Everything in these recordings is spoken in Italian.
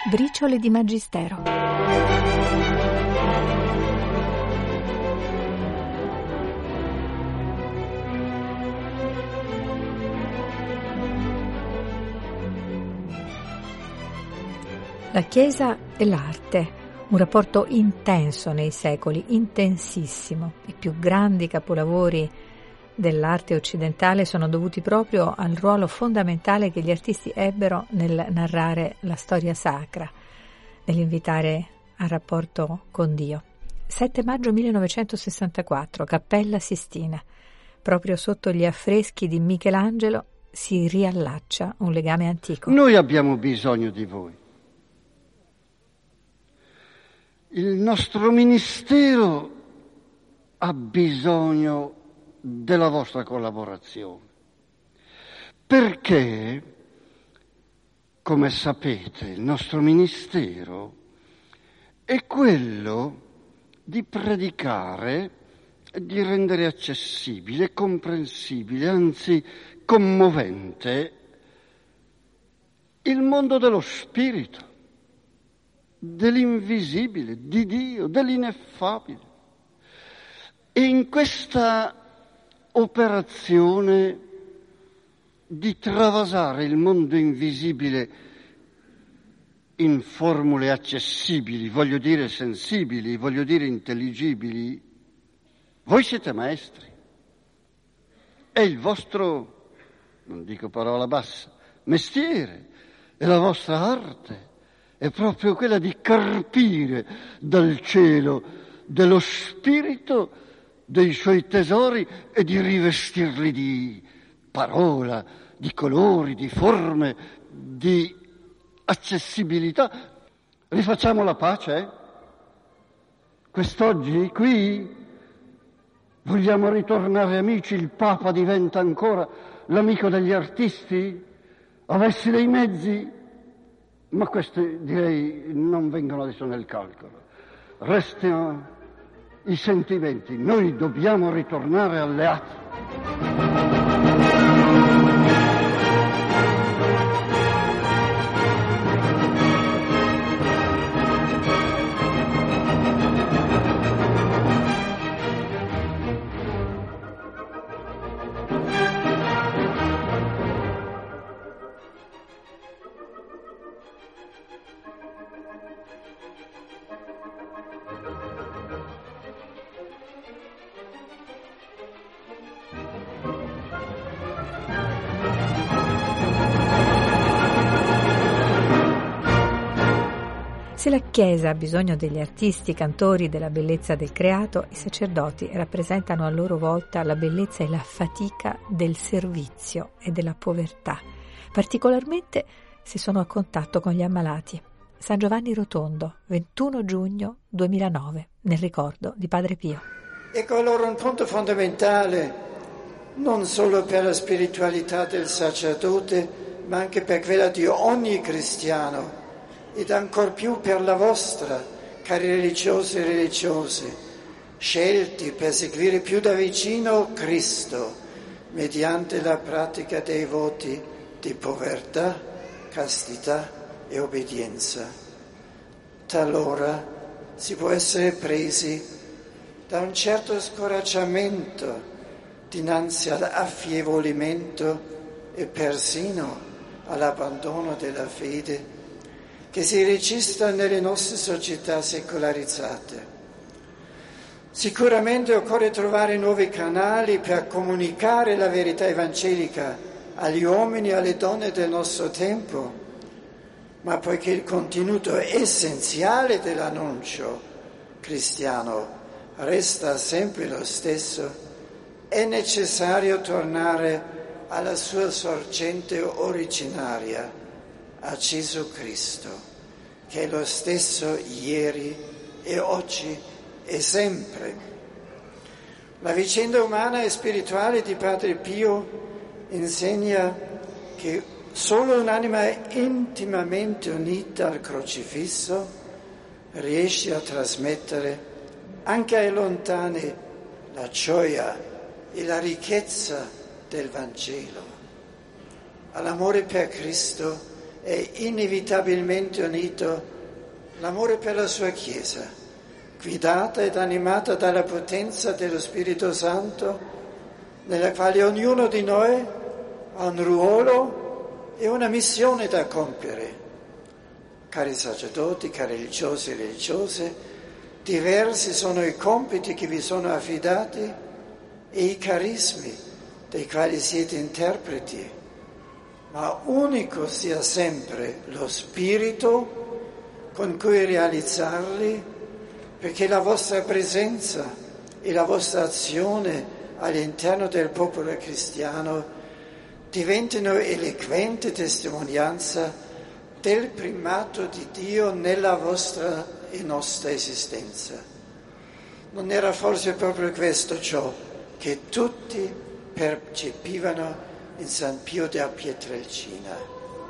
Briciole di Magistero. La Chiesa e l'arte, un rapporto intenso nei secoli, intensissimo. I più grandi capolavori dell'arte occidentale sono dovuti proprio al ruolo fondamentale che gli artisti ebbero nel narrare la storia sacra, nell'invitare al rapporto con Dio. 7 maggio 1964, Cappella Sistina. Proprio sotto gli affreschi di Michelangelo si riallaccia un legame antico. Noi abbiamo bisogno di voi. Il nostro ministero ha bisogno della vostra collaborazione, perché, come sapete, il nostro ministero è quello di predicare, di rendere accessibile, comprensibile, anzi commovente il mondo dello spirito, dell'invisibile, di Dio, dell'ineffabile. E in questa operazione di travasare il mondo invisibile in formule accessibili, voglio dire sensibili, voglio dire intelligibili, voi siete maestri. È il vostro, non dico parola bassa, mestiere, è la vostra arte, è proprio quella di carpire dal cielo dello spirito dei suoi tesori e di rivestirli di parola, di colori, di forme, di accessibilità. Rifacciamo la pace? Quest'oggi qui vogliamo ritornare amici? Il Papa diventa ancora l'amico degli artisti? Avessi dei mezzi? Ma questi direi non vengono adesso nel calcolo. Restino i sentimenti, noi dobbiamo ritornare alleati. Se la Chiesa ha bisogno degli artisti, cantori della bellezza del creato, i sacerdoti rappresentano a loro volta la bellezza e la fatica del servizio e della povertà, particolarmente se sono a contatto con gli ammalati. San Giovanni Rotondo, 21 giugno 2009, nel ricordo di Padre Pio. Ecco allora un punto fondamentale, non solo per la spiritualità del sacerdote, ma anche per quella di ogni cristiano, ed ancor più per la vostra, cari religiosi e religiose, scelti per seguire più da vicino Cristo, mediante la pratica dei voti di povertà, castità e obbedienza. Talora si può essere presi da un certo scoraggiamento dinanzi all'affievolimento e persino all'abbandono della fede che si registra nelle nostre società secolarizzate. Sicuramente occorre trovare nuovi canali per comunicare la verità evangelica agli uomini e alle donne del nostro tempo, ma poiché il contenuto essenziale dell'annuncio cristiano resta sempre lo stesso, è necessario tornare alla sua sorgente originaria, a Gesù Cristo, che è lo stesso ieri e oggi e sempre. La vicenda umana e spirituale di Padre Pio insegna che solo un'anima intimamente unita al crocifisso riesce a trasmettere anche ai lontani la gioia e la ricchezza del Vangelo. All'amore per Cristo è inevitabilmente unito l'amore per la sua Chiesa, guidata ed animata dalla potenza dello Spirito Santo, nella quale ognuno di noi ha un ruolo e una missione da compiere. Cari sacerdoti, cari religiosi e religiose, diversi sono i compiti che vi sono affidati e i carismi dei quali siete interpreti, ma unico sia sempre lo spirito con cui realizzarli, perché la vostra presenza e la vostra azione all'interno del popolo cristiano diventino eloquente testimonianza del primato di Dio nella vostra e nostra esistenza. Non era forse proprio questo ciò che tutti percepivano in San Pio da Pietrelcina?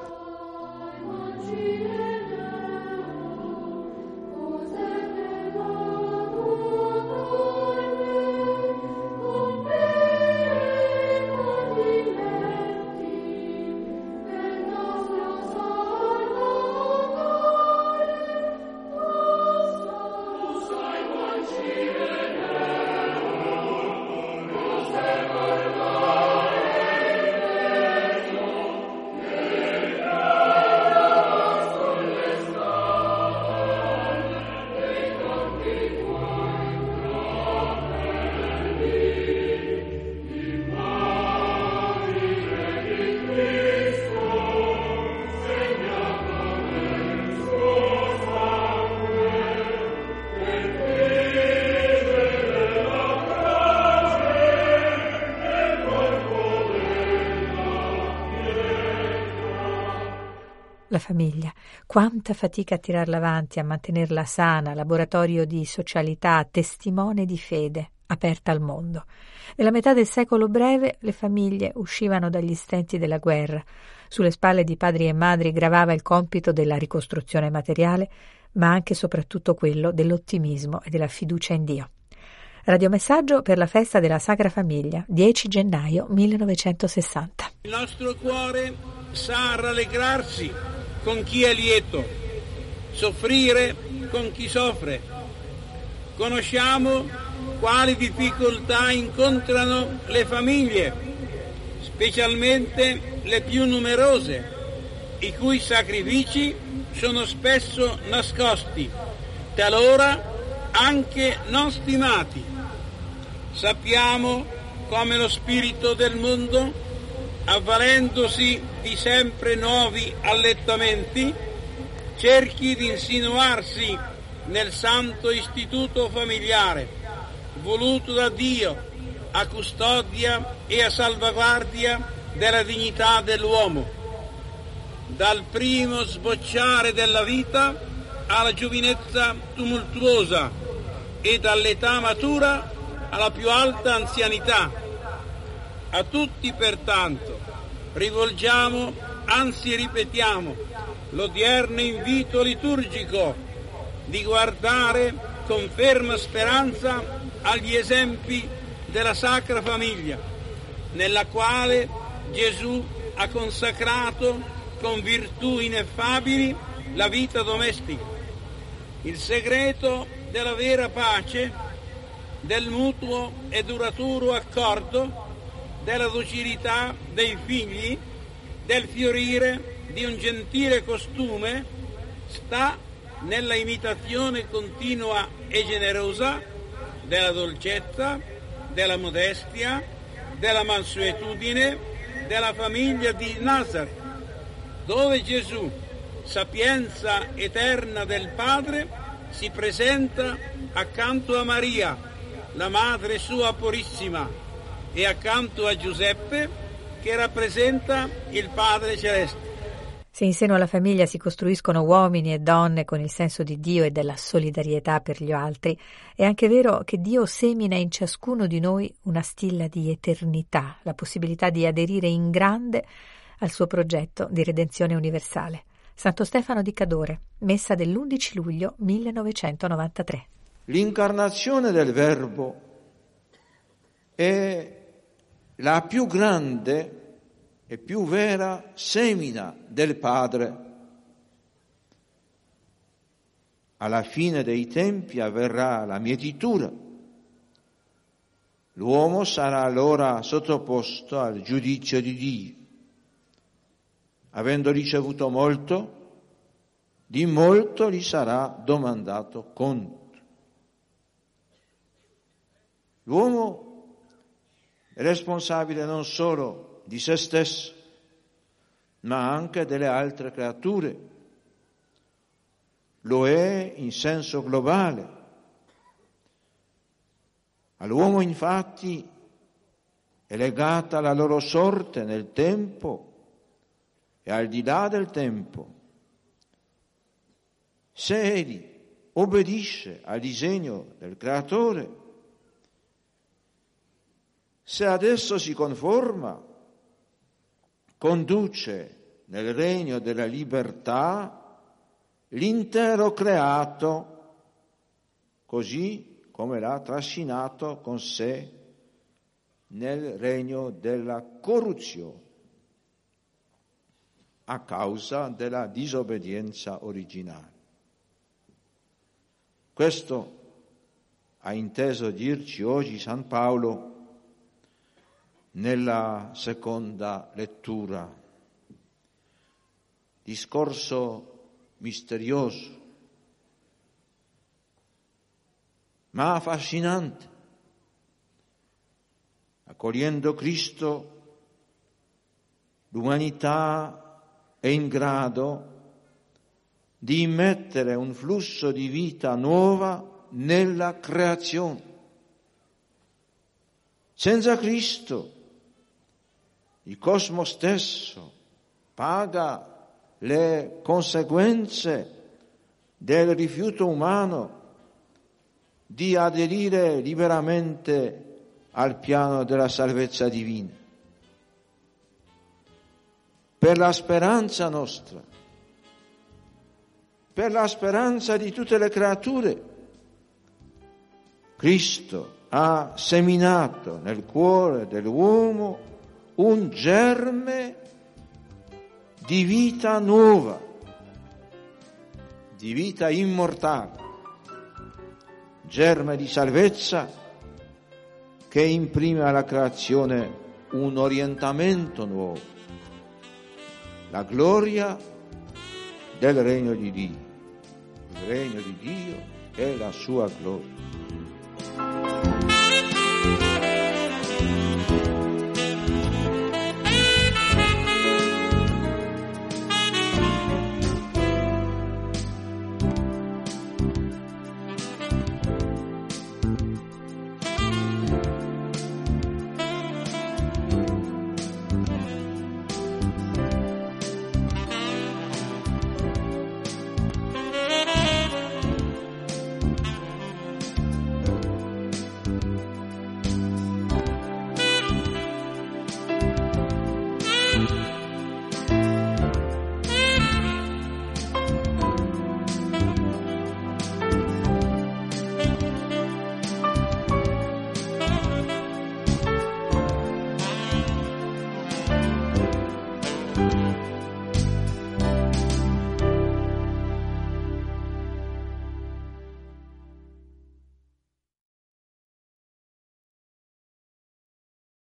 La famiglia, quanta fatica a tirarla avanti, a mantenerla sana, laboratorio di socialità, testimone di fede, aperta al mondo. Nella metà del secolo breve le famiglie uscivano dagli stenti della guerra. Sulle spalle di padri e madri gravava il compito della ricostruzione materiale, ma anche e soprattutto quello dell'ottimismo e della fiducia in Dio. Radiomessaggio per la festa della Sacra Famiglia, 10 gennaio 1960. Il nostro cuore sa rallegrarsi con chi è lieto, soffrire con chi soffre. Conosciamo quali difficoltà incontrano le famiglie, specialmente le più numerose, i cui sacrifici sono spesso nascosti, talora anche non stimati. Sappiamo come lo spirito del mondo, avvalendosi di sempre nuovi allettamenti, cerchi di insinuarsi nel santo istituto familiare, voluto da Dio a custodia e a salvaguardia della dignità dell'uomo. Dal primo sbocciare della vita alla giovinezza tumultuosa e dall'età matura alla più alta anzianità. A tutti, pertanto, rivolgiamo, anzi ripetiamo, l'odierno invito liturgico di guardare con ferma speranza agli esempi della Sacra Famiglia, nella quale Gesù ha consacrato con virtù ineffabili la vita domestica. Il segreto della vera pace, del mutuo e duraturo accordo, della docilità dei figli, del fiorire di un gentile costume, sta nella imitazione continua e generosa della dolcezza, della modestia, della mansuetudine della famiglia di Nazareth, dove Gesù, sapienza eterna del Padre, si presenta accanto a Maria, la Madre sua purissima, e accanto a Giuseppe, che rappresenta il Padre Celeste. Se in seno alla famiglia si costruiscono uomini e donne con il senso di Dio e della solidarietà per gli altri, è anche vero che Dio semina in ciascuno di noi una stilla di eternità, la possibilità di aderire in grande al suo progetto di redenzione universale. Santo Stefano di Cadore, messa dell'11 luglio 1993. L'incarnazione del Verbo è la più grande e più vera semina del Padre. Alla fine dei tempi avverrà la mietitura. L'uomo sarà allora sottoposto al giudizio di Dio. Avendo ricevuto molto, di molto gli sarà domandato conto. L'uomo è responsabile non solo di se stesso, ma anche delle altre creature. Lo è in senso globale. All'uomo infatti è legata la loro sorte nel tempo e al di là del tempo. Se egli obbedisce al disegno del Creatore, se adesso si conforma, conduce nel regno della libertà l'intero creato, così come l'ha trascinato con sé nel regno della corruzione, a causa della disobbedienza originale. Questo ha inteso dirci oggi San Paolo nella seconda lettura. Discorso misterioso, ma affascinante. Accogliendo Cristo, l'umanità è in grado di immettere un flusso di vita nuova nella creazione. Senza Cristo, il cosmo stesso paga le conseguenze del rifiuto umano di aderire liberamente al piano della salvezza divina. Per la speranza nostra, per la speranza di tutte le creature, Cristo ha seminato nel cuore dell'uomo un germe di vita nuova, di vita immortale, germe di salvezza che imprime alla creazione un orientamento nuovo, la gloria del regno di Dio. Il regno di Dio è la sua gloria.